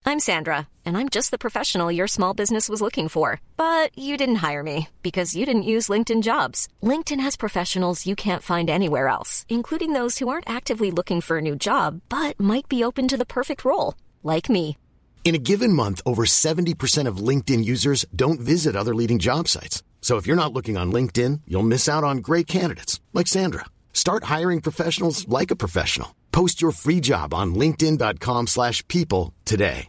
I'm Sandra, and I'm just the professional your small business was looking for. But you didn't hire me because you didn't use LinkedIn Jobs. LinkedIn has professionals you can't find anywhere else, including those who aren't actively looking for a new job, but might be open to the perfect role, like me. In a given month, over 70% of LinkedIn users don't visit other leading job sites. So if you're not looking on LinkedIn, you'll miss out on great candidates like Sandra. Start hiring professionals like a professional. Post your free job on linkedin.com/people today.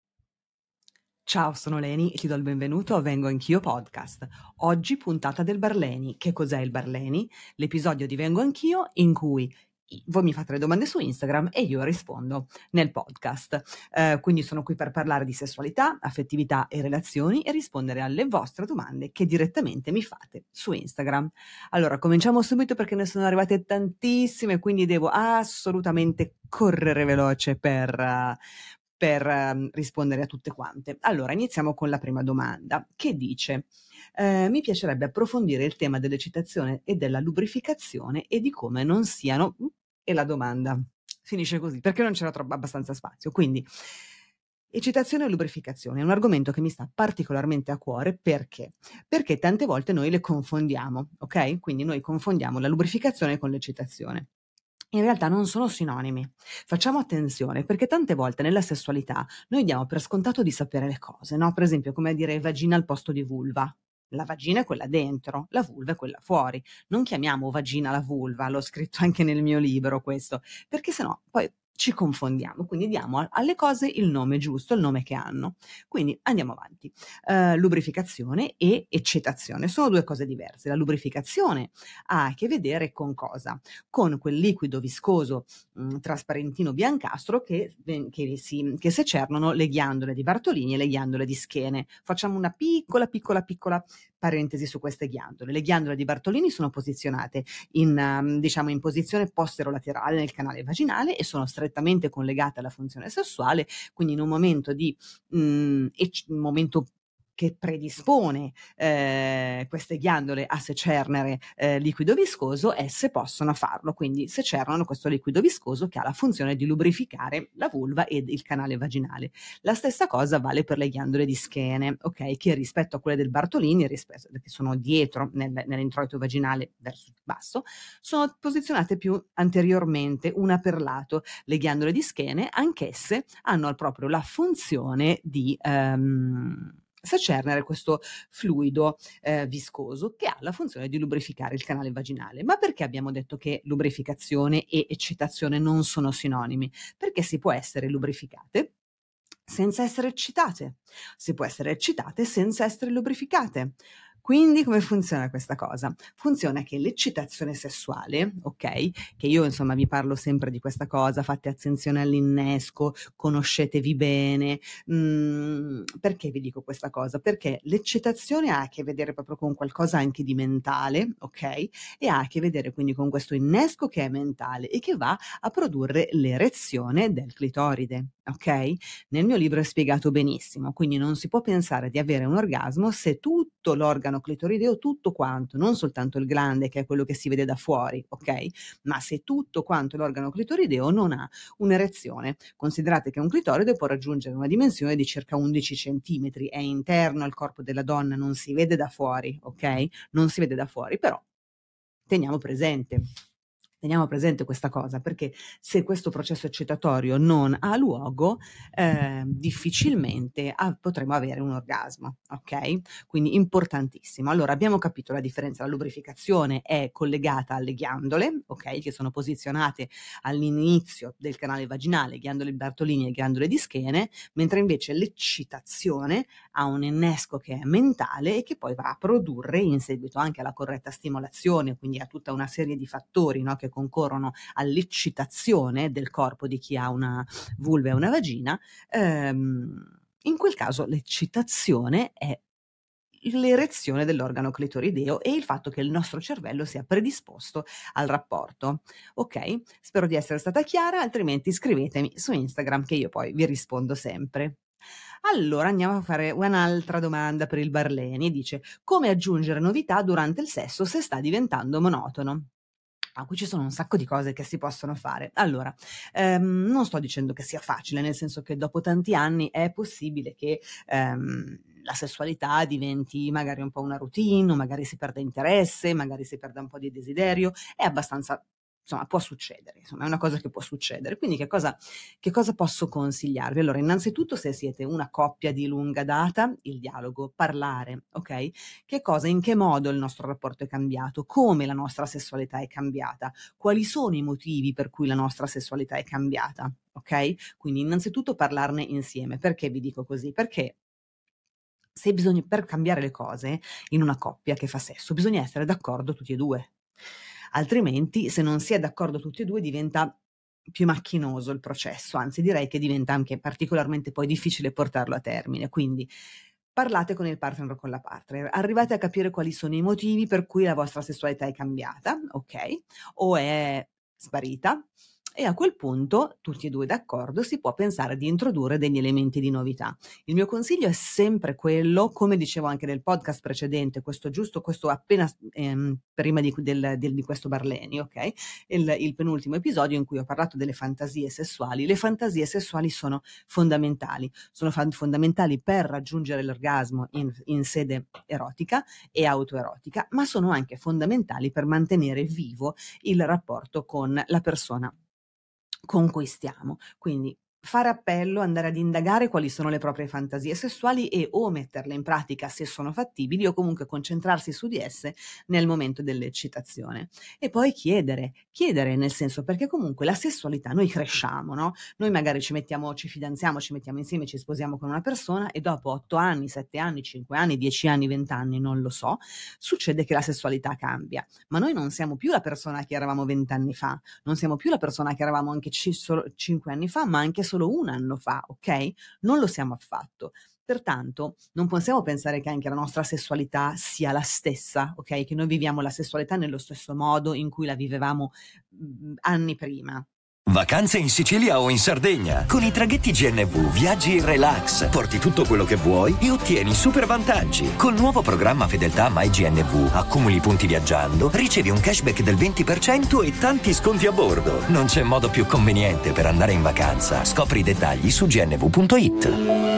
Ciao, sono Leni e ti do il benvenuto a Vengo Anch'io podcast. Oggi puntata del Barleni. Che cos'è il Barleni? L'episodio di Vengo Anch'io in cui voi mi fate le domande su Instagram e io rispondo nel podcast. Quindi sono qui per parlare di sessualità, affettività e relazioni e rispondere alle vostre domande che direttamente mi fate su Instagram. Allora, cominciamo subito perché ne sono arrivate tantissime, quindi devo assolutamente correre veloce per rispondere a tutte quante. Allora, iniziamo con la prima domanda che dice: mi piacerebbe approfondire il tema dell'eccitazione e della lubrificazione e di come non siano... E la domanda finisce così, perché non c'era abbastanza spazio. Quindi, eccitazione e lubrificazione è un argomento che mi sta particolarmente a cuore. Perché? Perché tante volte noi le confondiamo, ok? Quindi noi confondiamo la lubrificazione con l'eccitazione. In realtà non sono sinonimi. Facciamo attenzione perché tante volte nella sessualità noi diamo per scontato di sapere le cose, no? Per esempio, come dire vagina al posto di vulva. La vagina è quella dentro, la vulva è quella fuori. Non chiamiamo vagina la vulva, l'ho scritto anche nel mio libro questo, perché sennò poi ci confondiamo, quindi diamo alle cose il nome giusto, il nome che hanno. Quindi andiamo avanti. Lubrificazione e eccitazione sono due cose diverse. La lubrificazione ha a che vedere con cosa? Con quel liquido viscoso trasparentino biancastro che secernono le ghiandole di Bartolini e le ghiandole di schiene. Facciamo una piccola parentesi su queste ghiandole. Le ghiandole di Bartolini sono posizionate in posizione posterolaterale nel canale vaginale e sono strettamente collegate alla funzione sessuale, quindi in un momento momento che predispone queste ghiandole a secernere liquido viscoso, esse possono farlo, quindi secernano questo liquido viscoso che ha la funzione di lubrificare la vulva ed il canale vaginale. La stessa cosa vale per le ghiandole di schiene, ok? Che rispetto a quelle del Bartolini, che sono dietro nell'introito vaginale verso il basso, sono posizionate più anteriormente, una per lato. Le ghiandole di schiene, anch'esse, hanno proprio la funzione di secernere questo fluido viscoso che ha la funzione di lubrificare il canale vaginale. Ma perché abbiamo detto che lubrificazione e eccitazione non sono sinonimi? Perché si può essere lubrificate senza essere eccitate, si può essere eccitate senza essere lubrificate. Quindi come funziona questa cosa? Funziona che l'eccitazione sessuale, ok? Che io insomma vi parlo sempre di questa cosa, fate attenzione all'innesco, conoscetevi bene. Perché vi dico questa cosa? Perché l'eccitazione ha a che vedere proprio con qualcosa anche di mentale, ok? E ha a che vedere quindi con questo innesco che è mentale e che va a produrre l'erezione del clitoride, ok? Nel mio libro è spiegato benissimo, quindi non si può pensare di avere un orgasmo se tutto l'organo clitorideo, tutto quanto, non soltanto il glande che è quello che si vede da fuori, ok? Ma se tutto quanto l'organo clitorideo non ha un'erezione. Considerate che un clitoride può raggiungere una dimensione di circa 11 centimetri, è interno al corpo della donna, non si vede da fuori, ok? Non si vede da fuori, però teniamo presente questa cosa, perché se questo processo eccitatorio non ha luogo, difficilmente potremo avere un orgasmo, ok? Quindi importantissimo. Allora, abbiamo capito la differenza: la lubrificazione è collegata alle ghiandole, ok? Che sono posizionate all'inizio del canale vaginale, ghiandole di Bartolini e ghiandole di schiene, mentre invece l'eccitazione ha un innesco che è mentale e che poi va a produrre, in seguito anche alla corretta stimolazione, quindi a tutta una serie di fattori, no, che concorrono all'eccitazione del corpo di chi ha una vulva e una vagina. In quel caso l'eccitazione è l'erezione dell'organo clitorideo e il fatto che il nostro cervello sia predisposto al rapporto. Ok? Spero di essere stata chiara, altrimenti scrivetemi su Instagram che io poi vi rispondo sempre. Allora andiamo a fare un'altra domanda per il Barleni. Dice: come aggiungere novità durante il sesso se sta diventando monotono? Qui ci sono un sacco di cose che si possono fare. Allora, non sto dicendo che sia facile, nel senso che dopo tanti anni è possibile che la sessualità diventi magari un po' una routine, o magari si perde interesse, magari si perde un po' di desiderio, è abbastanza, insomma, può succedere, insomma, è una cosa che può succedere. Quindi che cosa posso consigliarvi? Allora, innanzitutto, se siete una coppia di lunga data, il dialogo, parlare, ok? In che modo il nostro rapporto è cambiato, come la nostra sessualità è cambiata, quali sono i motivi per cui la nostra sessualità è cambiata, ok? Quindi innanzitutto parlarne insieme. Perché vi dico così? Perché per cambiare le cose in una coppia che fa sesso, bisogna essere d'accordo tutti e due. Altrimenti, se non si è d'accordo tutti e due, diventa più macchinoso il processo, anzi direi che diventa anche particolarmente poi difficile portarlo a termine. Quindi parlate con il partner o con la partner, arrivate a capire quali sono i motivi per cui la vostra sessualità è cambiata, ok? O è sparita. E a quel punto, tutti e due d'accordo, si può pensare di introdurre degli elementi di novità. Il mio consiglio è sempre quello, come dicevo anche nel podcast precedente, questo appena prima di questo Barleni, ok? Il penultimo episodio in cui ho parlato delle fantasie sessuali. Le fantasie sessuali sono fondamentali per raggiungere l'orgasmo in sede erotica e autoerotica, ma sono anche fondamentali per mantenere vivo il rapporto con la persona con cui stiamo. Quindi fare appello, andare ad indagare quali sono le proprie fantasie sessuali e o metterle in pratica se sono fattibili, o comunque concentrarsi su di esse nel momento dell'eccitazione. E poi chiedere nel senso, perché comunque la sessualità, noi cresciamo, no? Noi magari ci fidanziamo, ci mettiamo insieme, ci sposiamo con una persona e dopo 8 anni, 7 anni, 5 anni, 10 anni, 20 anni, non lo so, succede che la sessualità cambia. Ma noi non siamo più la persona che eravamo 20 anni fa, non siamo più la persona che eravamo anche solo 5 anni fa, ma anche solo un anno fa, ok? Non lo siamo affatto. Pertanto non possiamo pensare che anche la nostra sessualità sia la stessa, ok? Che noi viviamo la sessualità nello stesso modo in cui la vivevamo anni prima. Vacanze in Sicilia o in Sardegna. Con i traghetti GNV viaggi in relax, porti tutto quello che vuoi e ottieni super vantaggi. Col nuovo programma Fedeltà MyGNV accumuli punti viaggiando, ricevi un cashback del 20% e tanti sconti a bordo. Non c'è modo più conveniente per andare in vacanza. Scopri i dettagli su gnv.it.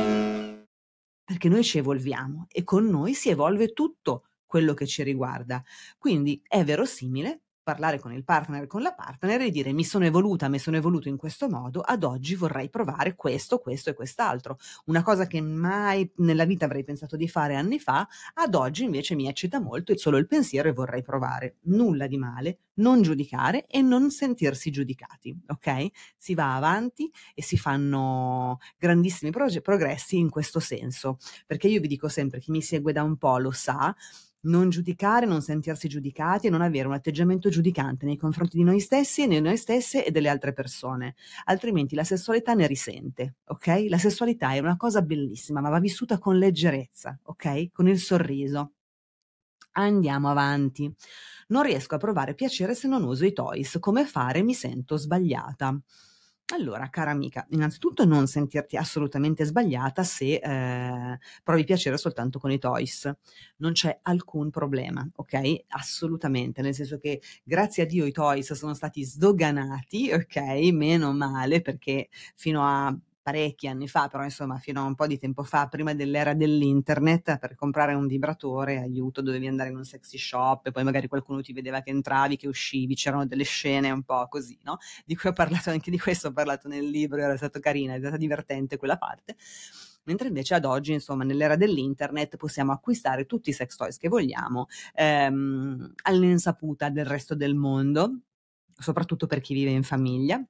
Perché noi ci evolviamo e con noi si evolve tutto quello che ci riguarda. Quindi è verosimile parlare con il partner e con la partner e dire: mi sono evoluto in questo modo, ad oggi vorrei provare questo e quest'altro. Una cosa che mai nella vita avrei pensato di fare anni fa, ad oggi invece mi eccita molto e solo il pensiero e vorrei provare. Nulla di male, non giudicare e non sentirsi giudicati, ok? Si va avanti e si fanno grandissimi progressi in questo senso, perché io vi dico sempre, chi mi segue da un po' lo sa, non giudicare, non sentirsi giudicati e non avere un atteggiamento giudicante nei confronti di noi stessi e di noi stesse e delle altre persone, altrimenti la sessualità ne risente, ok? La sessualità è una cosa bellissima, ma va vissuta con leggerezza, ok? Con il sorriso. Andiamo avanti. Non riesco a provare piacere se non uso i toys. Come fare? Mi sento sbagliata. Allora, cara amica, innanzitutto non sentirti assolutamente sbagliata se provi piacere soltanto con i toys. Non c'è alcun problema, ok? Assolutamente, nel senso che grazie a Dio i toys sono stati sdoganati, ok? Meno male, perché fino a parecchi anni fa, però insomma fino a un po' di tempo fa, prima dell'era dell'internet, per comprare un vibratore, aiuto, dovevi andare in un sexy shop e poi magari qualcuno ti vedeva che entravi, che uscivi, c'erano delle scene un po' così, no? Di cui ho parlato, anche di questo ho parlato nel libro, era stato carina, è stata divertente quella parte. Mentre invece ad oggi, insomma, nell'era dell'internet possiamo acquistare tutti i sex toys che vogliamo, all'insaputa del resto del mondo, soprattutto per chi vive in famiglia.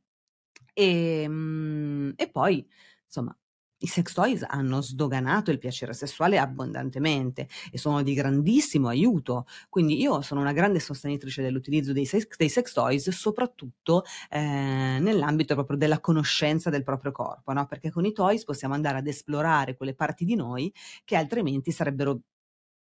E poi, insomma, i sex toys hanno sdoganato il piacere sessuale abbondantemente e sono di grandissimo aiuto. Quindi io sono una grande sostenitrice dell'utilizzo dei sex toys, soprattutto nell'ambito proprio della conoscenza del proprio corpo, no? Perché con i toys possiamo andare ad esplorare quelle parti di noi che altrimenti sarebbero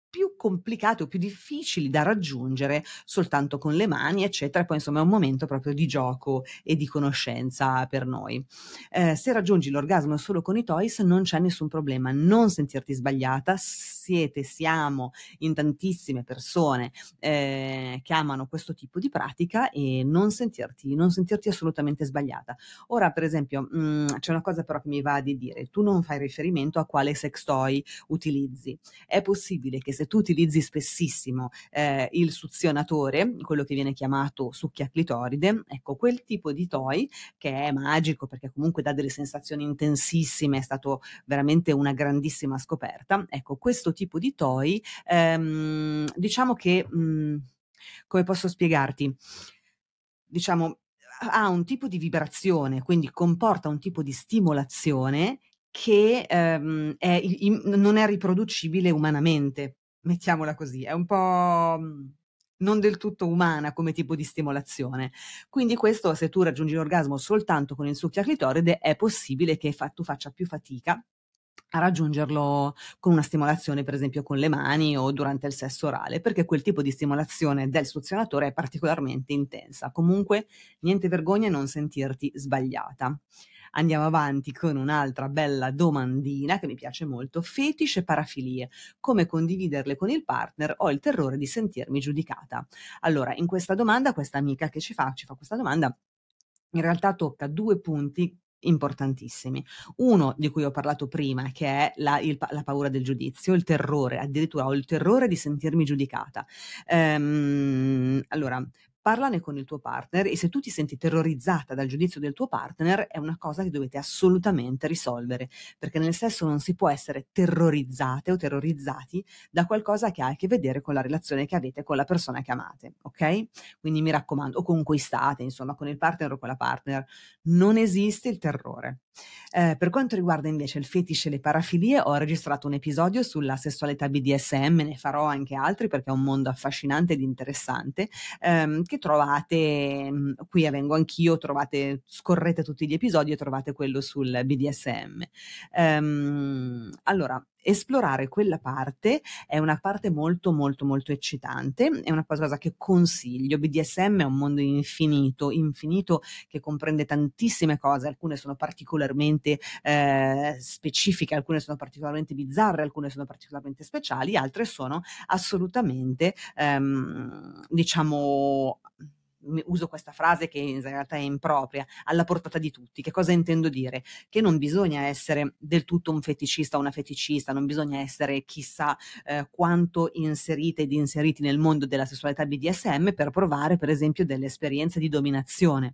più complicate o più difficili da raggiungere soltanto con le mani, eccetera. Poi insomma è un momento proprio di gioco e di conoscenza per noi. Se raggiungi l'orgasmo solo con i toys non c'è nessun problema, non sentirti sbagliata, siamo in tantissime persone che amano questo tipo di pratica e non sentirti assolutamente sbagliata. Ora, per esempio, c'è una cosa però che mi va di dire: tu non fai riferimento a quale sex toy utilizzi. È possibile che se tu utilizzi spessissimo il suzionatore, quello che viene chiamato succhia clitoride, ecco, quel tipo di toy, che è magico perché comunque dà delle sensazioni intensissime, è stato veramente una grandissima scoperta, ecco, questo tipo di toy, diciamo che, come posso spiegarti? Diciamo, ha un tipo di vibrazione, quindi comporta un tipo di stimolazione che, non è riproducibile umanamente, mettiamola così. È un po', non del tutto umana come tipo di stimolazione. Quindi questo, se tu raggiungi l'orgasmo soltanto con il succhia clitoride, è possibile che tu faccia più fatica a raggiungerlo con una stimolazione, per esempio con le mani o durante il sesso orale, perché quel tipo di stimolazione del suzionatore è particolarmente intensa. Comunque, niente vergogna a non sentirti sbagliata. Andiamo avanti con un'altra bella domandina che mi piace molto: fetish e parafilie, come condividerle con il partner? Ho il terrore di sentirmi giudicata. Allora, in questa domanda, questa amica che ci fa questa domanda, in realtà tocca due punti importantissimi. Uno di cui ho parlato prima, che è la paura del giudizio, il terrore, addirittura ho il terrore di sentirmi giudicata. Allora, parlane con il tuo partner e se tu ti senti terrorizzata dal giudizio del tuo partner è una cosa che dovete assolutamente risolvere, perché nel sesso non si può essere terrorizzate o terrorizzati da qualcosa che ha a che vedere con la relazione che avete con la persona che amate, ok? Quindi mi raccomando, o con cui state, insomma, con il partner o con la partner, non esiste il terrore. Per quanto riguarda invece il fetish e le parafilie, ho registrato un episodio sulla sessualità BDSM, ne farò anche altri perché è un mondo affascinante ed interessante, che trovate qui a Vengo Anch'io, scorrete tutti gli episodi e trovate quello sul BDSM. Allora, esplorare quella parte è una parte molto molto molto eccitante, è una cosa che consiglio. BDSM è un mondo infinito, che comprende tantissime cose, alcune sono particolarmente specifiche, alcune sono particolarmente bizzarre, alcune sono particolarmente speciali, altre sono assolutamente, diciamo, uso questa frase che in realtà è impropria, alla portata di tutti. Che cosa intendo dire? Che non bisogna essere del tutto un feticista o una feticista, non bisogna essere chissà quanto inserite ed inseriti nel mondo della sessualità BDSM per provare per esempio delle esperienze di dominazione,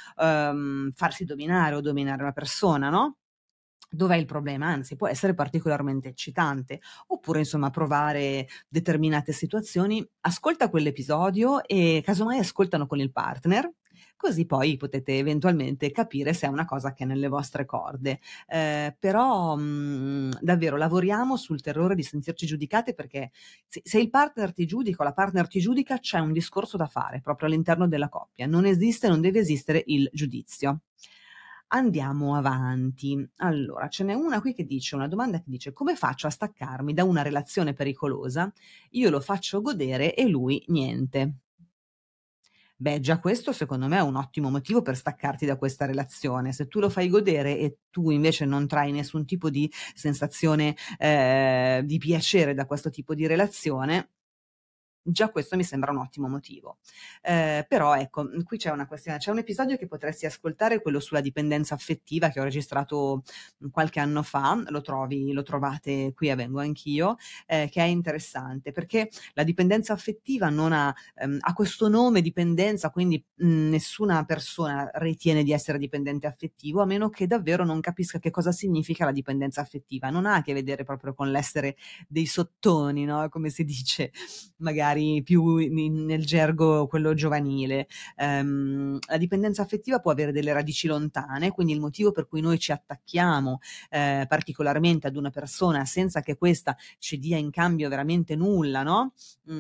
farsi dominare o dominare una persona, no? Dov'è il problema? Anzi, può essere particolarmente eccitante. Oppure, insomma, provare determinate situazioni. Ascolta quell'episodio e casomai ascoltano con il partner, così poi potete eventualmente capire se è una cosa che è nelle vostre corde. Però davvero lavoriamo sul terrore di sentirci giudicate, perché se il partner ti giudica o la partner ti giudica, c'è un discorso da fare proprio all'interno della coppia. Non esiste, non deve esistere il giudizio. Andiamo avanti. Allora, ce n'è una qui che dice, una domanda che dice: come faccio a staccarmi da una relazione pericolosa? Io lo faccio godere e lui niente. Beh, già questo secondo me è un ottimo motivo per staccarti da questa relazione. Se tu lo fai godere e tu invece non trai nessun tipo di sensazione di piacere da questo tipo di relazione, già questo mi sembra un ottimo motivo. Però ecco, qui c'è una questione, c'è un episodio che potresti ascoltare, quello sulla dipendenza affettiva che ho registrato qualche anno fa, lo trovate qui a Vengo Anch'io, che è interessante perché la dipendenza affettiva non ha questo nome dipendenza, quindi nessuna persona ritiene di essere dipendente affettivo a meno che davvero non capisca che cosa significa la dipendenza affettiva. Non ha a che vedere proprio con l'essere dei sottoni, no? Come si dice magari più nel gergo quello giovanile. La dipendenza affettiva può avere delle radici lontane, quindi il motivo per cui noi ci attacchiamo particolarmente ad una persona senza che questa ci dia in cambio veramente nulla, no?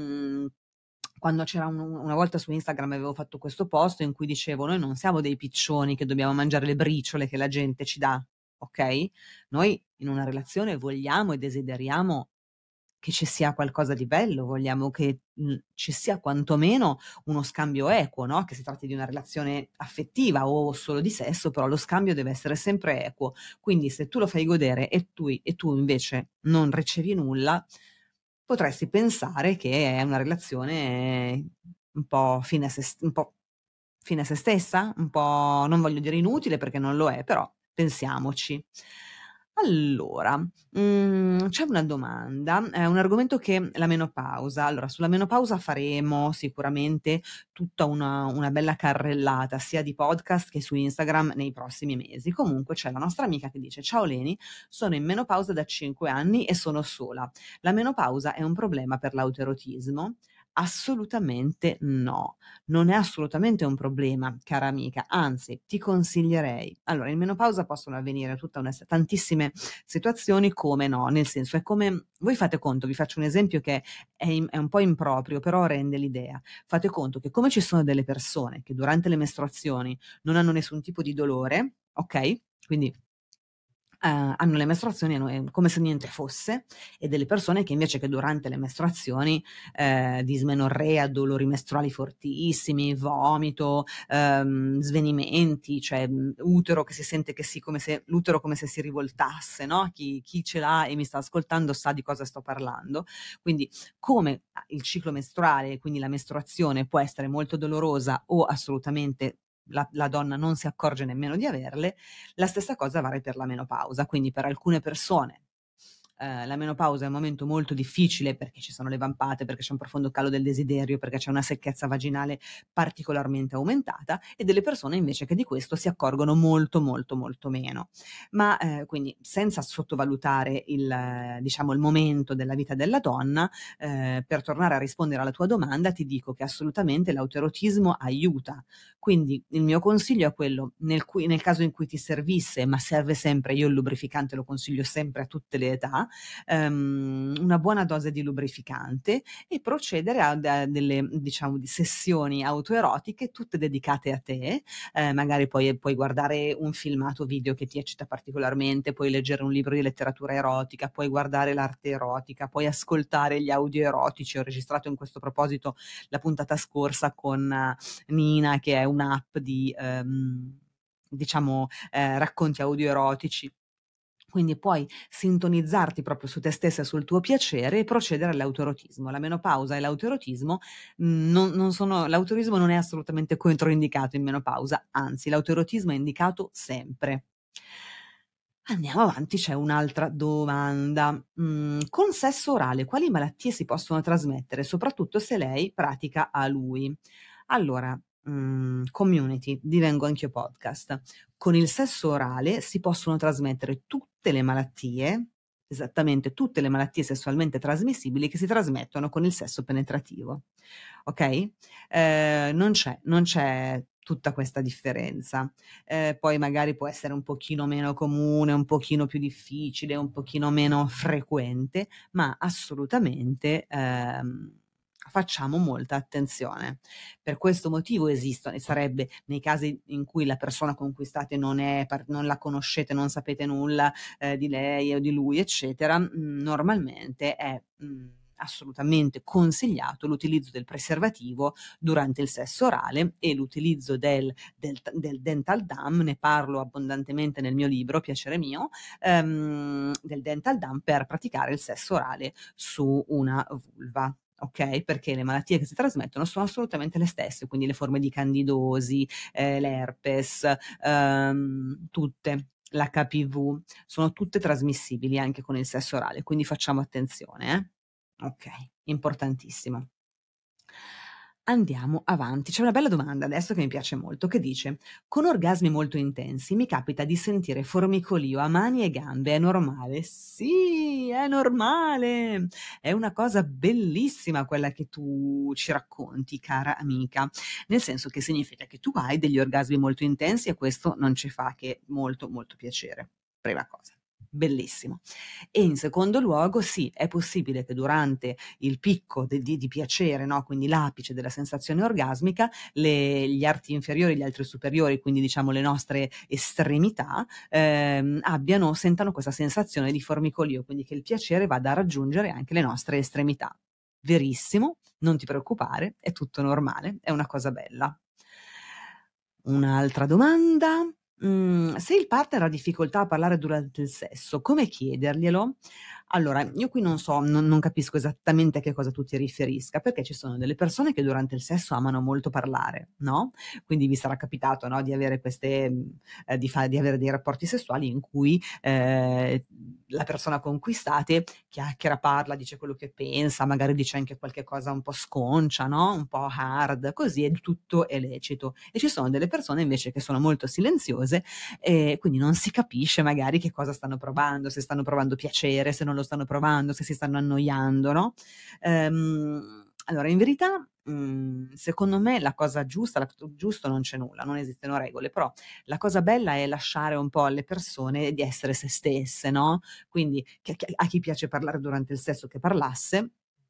Quando c'era una volta su Instagram avevo fatto questo post in cui dicevo: noi non siamo dei piccioni che dobbiamo mangiare le briciole che la gente ci dà, ok? Noi in una relazione vogliamo e desideriamo che ci sia qualcosa di bello, vogliamo che ci sia quantomeno uno scambio equo, no? Che si tratti di una relazione affettiva o solo di sesso, però lo scambio deve essere sempre equo. Quindi se tu lo fai godere e tu invece non ricevi nulla, potresti pensare che è una relazione un po' fine a se stessa, un po', non voglio dire inutile perché non lo è, però pensiamoci. Allora, c'è una domanda, è un argomento che la menopausa. Allora, sulla menopausa faremo sicuramente tutta una bella carrellata, sia di podcast che su Instagram nei prossimi mesi. Comunque c'è la nostra amica che dice: "Ciao Leni, sono in menopausa da 5 anni e sono sola. La menopausa è un problema per l'autoerotismo?" Assolutamente no. Non è assolutamente un problema, cara amica, anzi ti consiglierei. Allora, in menopausa possono avvenire tantissime situazioni, come no, nel senso è come voi fate conto, vi faccio un esempio che è un po' improprio, però rende l'idea. Fate conto che come ci sono delle persone che durante le mestruazioni non hanno nessun tipo di dolore, ok? Quindi hanno le mestruazioni, come se niente fosse, e delle persone che invece che durante le mestruazioni, dismenorrea, dolori mestruali fortissimi, vomito, svenimenti, cioè, utero che si sente che come se l'utero come se si rivoltasse, no, chi ce l'ha e mi sta ascoltando sa di cosa sto parlando. Quindi come il ciclo mestruale, quindi la mestruazione può essere molto dolorosa o assolutamente la donna non si accorge nemmeno di averle, la stessa cosa vale per la menopausa, quindi per alcune persone la menopausa è un momento molto difficile perché ci sono le vampate, perché c'è un profondo calo del desiderio, perché c'è una secchezza vaginale particolarmente aumentata, e delle persone invece che di questo si accorgono molto, molto, molto meno. Ma quindi senza sottovalutare diciamo, il momento della vita della donna, per tornare a rispondere alla tua domanda ti dico che assolutamente l'autoerotismo aiuta. Quindi il mio consiglio è quello, nel caso in cui ti servisse, ma serve sempre, io il lubrificante lo consiglio sempre a tutte le età, una buona dose di lubrificante e procedere a delle, diciamo, di sessioni autoerotiche tutte dedicate a te. Magari puoi guardare un filmato video che ti eccita particolarmente, puoi leggere un libro di letteratura erotica, puoi guardare l'arte erotica, puoi ascoltare gli audio erotici. Ho registrato in questo proposito la puntata scorsa con Nina, che è un'app di diciamo racconti audio erotici. Quindi puoi sintonizzarti proprio su te stessa e sul tuo piacere e procedere all'autoerotismo. La menopausa e l'autoerotismo l'autoerotismo non è assolutamente controindicato in menopausa, anzi l'autoerotismo è indicato sempre. Andiamo avanti, c'è un'altra domanda. Con sesso orale quali malattie si possono trasmettere, soprattutto se lei pratica a lui? Allora, community, divengo anch'io podcast. Con il sesso orale si possono trasmettere tutte le malattie, esattamente tutte le malattie sessualmente trasmissibili che si trasmettono con il sesso penetrativo. Ok? Non c'è tutta questa differenza. Poi magari può essere un pochino meno comune, un pochino più difficile, un pochino meno frequente, ma assolutamente facciamo molta attenzione. Per questo motivo esistono, e sarebbe nei casi in cui la persona con cui state non la conoscete, non sapete nulla di lei o di lui, eccetera, normalmente è assolutamente consigliato l'utilizzo del preservativo durante il sesso orale e l'utilizzo del dental dam. Ne parlo abbondantemente nel mio libro, piacere mio, del dental dam per praticare il sesso orale su una vulva. Ok, perché le malattie che si trasmettono sono assolutamente le stesse, quindi le forme di candidosi, l'herpes, tutte, l'HPV, sono tutte trasmissibili anche con il sesso orale, quindi facciamo attenzione, eh? Ok, importantissimo. Andiamo avanti. C'è una bella domanda adesso che mi piace molto, che dice: con orgasmi molto intensi mi capita di sentire formicolio a mani e gambe, è normale? Sì, è normale. È una cosa bellissima quella che tu ci racconti, cara amica, nel senso che significa che tu hai degli orgasmi molto intensi e questo non ci fa che molto, molto piacere. Prima cosa. bellissimo. E in secondo luogo, sì, è possibile che durante il picco di piacere, no? Quindi l'apice della sensazione orgasmica, gli arti inferiori, gli altri superiori, quindi diciamo le nostre estremità, sentano questa sensazione di formicolio, quindi che il piacere vada a raggiungere anche le nostre estremità. Verissimo, non ti preoccupare, è tutto normale, è una cosa bella. Un'altra domanda. Se il partner ha difficoltà a parlare durante il sesso, come chiederglielo? Allora, io qui non capisco esattamente a che cosa tu ti riferisca, perché ci sono delle persone che durante il sesso amano molto parlare, no? Quindi vi sarà capitato, no, di avere di avere dei rapporti sessuali in cui la persona con cui state chiacchiera, parla, dice quello che pensa, magari dice anche qualche cosa un po' sconcia, no? Un po' hard, così tutto è lecito. E ci sono delle persone invece che sono molto silenziose e quindi non si capisce magari che cosa stanno provando, se stanno provando piacere, se non lo stanno provando, se si stanno annoiando, no? Allora, in verità, secondo me la cosa giusta, giusto non c'è nulla, non esistono regole, però la cosa bella è lasciare un po' alle persone di essere se stesse, no? Quindi a chi piace parlare durante il sesso che parlasse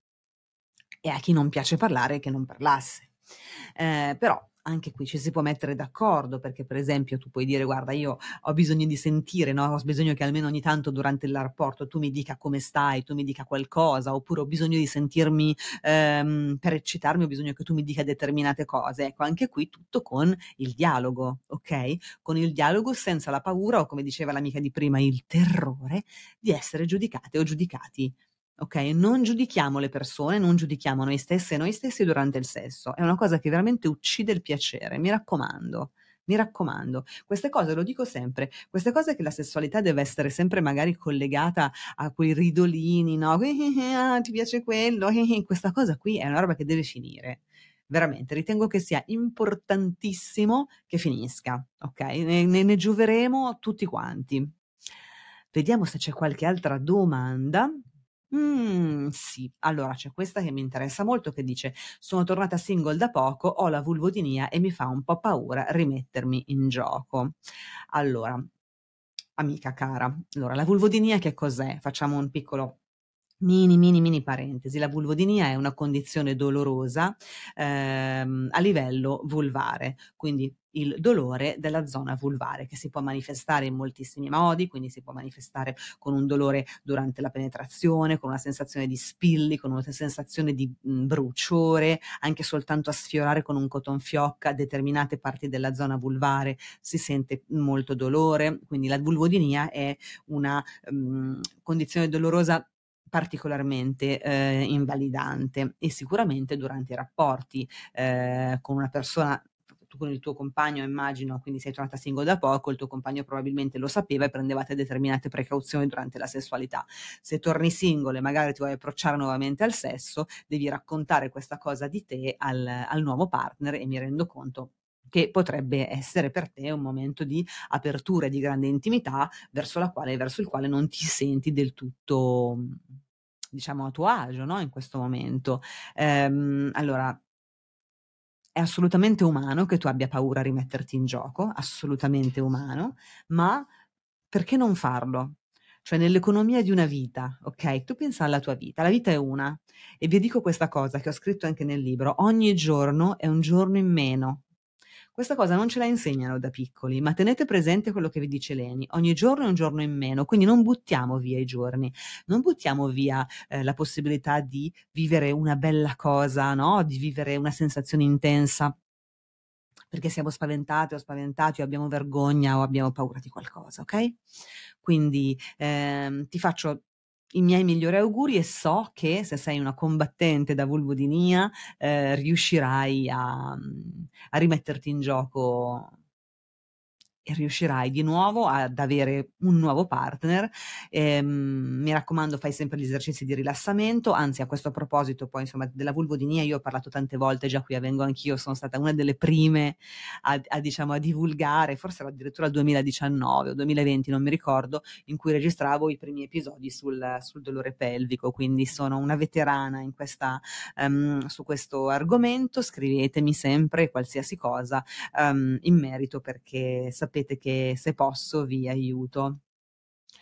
e a chi non piace parlare che non parlasse. Però anche qui ci si può mettere d'accordo, perché per esempio tu puoi dire: "Guarda, io ho bisogno di sentire, no, ho bisogno che almeno ogni tanto durante il rapporto tu mi dica come stai, tu mi dica qualcosa", oppure "Ho bisogno di sentirmi, per eccitarmi ho bisogno che tu mi dica determinate cose". Ecco, anche qui tutto con il dialogo, okay, con il dialogo senza la paura o, come diceva l'amica di prima, il terrore di essere giudicate o giudicati. Okay, non giudichiamo le persone, non giudichiamo noi stesse e noi stessi durante il sesso. È una cosa che veramente uccide il piacere, mi raccomando, mi raccomando. Queste cose lo dico sempre, queste cose che la sessualità deve essere sempre magari collegata a quei ridolini, no, "Ah, ti piace quello, questa cosa qui è una roba che deve finire. Veramente, ritengo che sia importantissimo che finisca, okay, ne gioveremo tutti quanti. Vediamo se c'è qualche altra domanda. Sì. Allora c'è questa che mi interessa molto che dice: "Sono tornata single da poco, ho la vulvodynia e mi fa un po' paura rimettermi in gioco". Allora, amica cara, allora la vulvodynia che cos'è? Facciamo un piccolo mini parentesi. La vulvodynia è una condizione dolorosa, a livello vulvare, quindi il dolore della zona vulvare, che si può manifestare in moltissimi modi, quindi si può manifestare con un dolore durante la penetrazione, con una sensazione di spilli, con una sensazione di, bruciore, anche soltanto a sfiorare con un cotton fioc determinate parti della zona vulvare si sente molto dolore, quindi la vulvodynia è una, condizione dolorosa particolarmente, invalidante, e sicuramente durante i rapporti, con una persona, tu con il tuo compagno immagino, quindi sei tornata single da poco, il tuo compagno probabilmente lo sapeva e prendevate determinate precauzioni durante la sessualità. Se torni single e magari ti vuoi approcciare nuovamente al sesso, devi raccontare questa cosa di te al nuovo partner, e mi rendo conto che potrebbe essere per te un momento di apertura e di grande intimità verso il quale non ti senti del tutto, diciamo, a tuo agio, no, in questo momento. Allora, è assolutamente umano che tu abbia paura a rimetterti in gioco, assolutamente umano, ma perché non farlo? Cioè, nell'economia di una vita, okay, tu pensa alla tua vita, la vita è una, e vi dico questa cosa che ho scritto anche nel libro: ogni giorno è un giorno in meno. Questa cosa non ce la insegnano da piccoli, ma tenete presente quello che vi dice Leni: ogni giorno è un giorno in meno, quindi non buttiamo via i giorni, non buttiamo via, la possibilità di vivere una bella cosa, no, di vivere una sensazione intensa, perché siamo spaventate o spaventati o abbiamo vergogna o abbiamo paura di qualcosa, okay? Quindi, ti faccio i miei migliori auguri e so che se sei una combattente da vulvodynia, riuscirai a rimetterti in gioco e riuscirai di nuovo ad avere un nuovo partner. Mi raccomando, fai sempre gli esercizi di rilassamento, anzi, a questo proposito poi insomma della vulvodynia io ho parlato tante volte già qui a Vengo Anch'io, sono stata una delle prime a diciamo a divulgare, forse era addirittura il 2019 o 2020, non mi ricordo, in cui registravo i primi episodi sul dolore pelvico, quindi sono una veterana in questa su questo argomento. Scrivetemi sempre qualsiasi cosa in merito, perché sapete che se posso vi aiuto.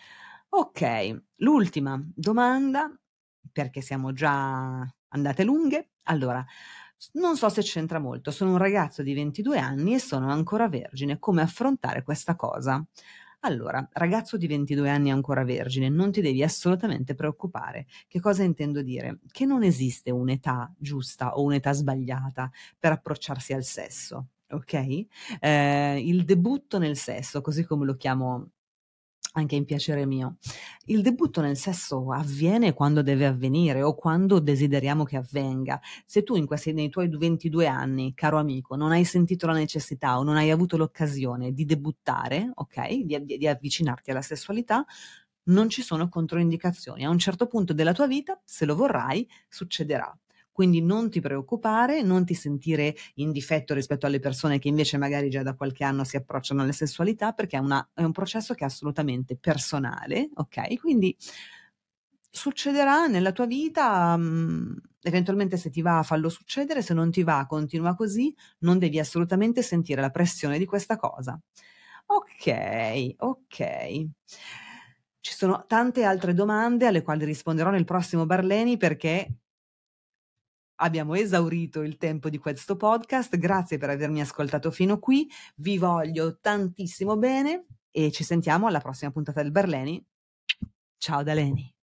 Ok, l'ultima domanda, perché siamo già andate lunghe. Allora, non so se c'entra molto, sono un ragazzo di 22 anni e sono ancora vergine. Come affrontare questa cosa? Allora, ragazzo di 22 anni ancora vergine, non ti devi assolutamente preoccupare. Che cosa intendo dire? Che non esiste un'età giusta o un'età sbagliata per approcciarsi al sesso, ok? Il debutto nel sesso, così come lo chiamo anche in piacere mio, il debutto nel sesso avviene quando deve avvenire o quando desideriamo che avvenga. Se tu nei tuoi 22 anni, caro amico, non hai sentito la necessità o non hai avuto l'occasione di debuttare, ok, di avvicinarti alla sessualità, non ci sono controindicazioni. A un certo punto della tua vita, se lo vorrai, succederà. Quindi non ti preoccupare, non ti sentire in difetto rispetto alle persone che invece magari già da qualche anno si approcciano alla sessualità, perché è un processo che è assolutamente personale, ok? Quindi succederà nella tua vita, eventualmente se ti va fallo succedere, se non ti va continua così, non devi assolutamente sentire la pressione di questa cosa. Ok, ok. Ci sono tante altre domande alle quali risponderò nel prossimo Barleni perché abbiamo esaurito il tempo di questo podcast. Grazie per avermi ascoltato fino qui. Vi voglio tantissimo bene e ci sentiamo alla prossima puntata del Barleni. Ciao da Leni.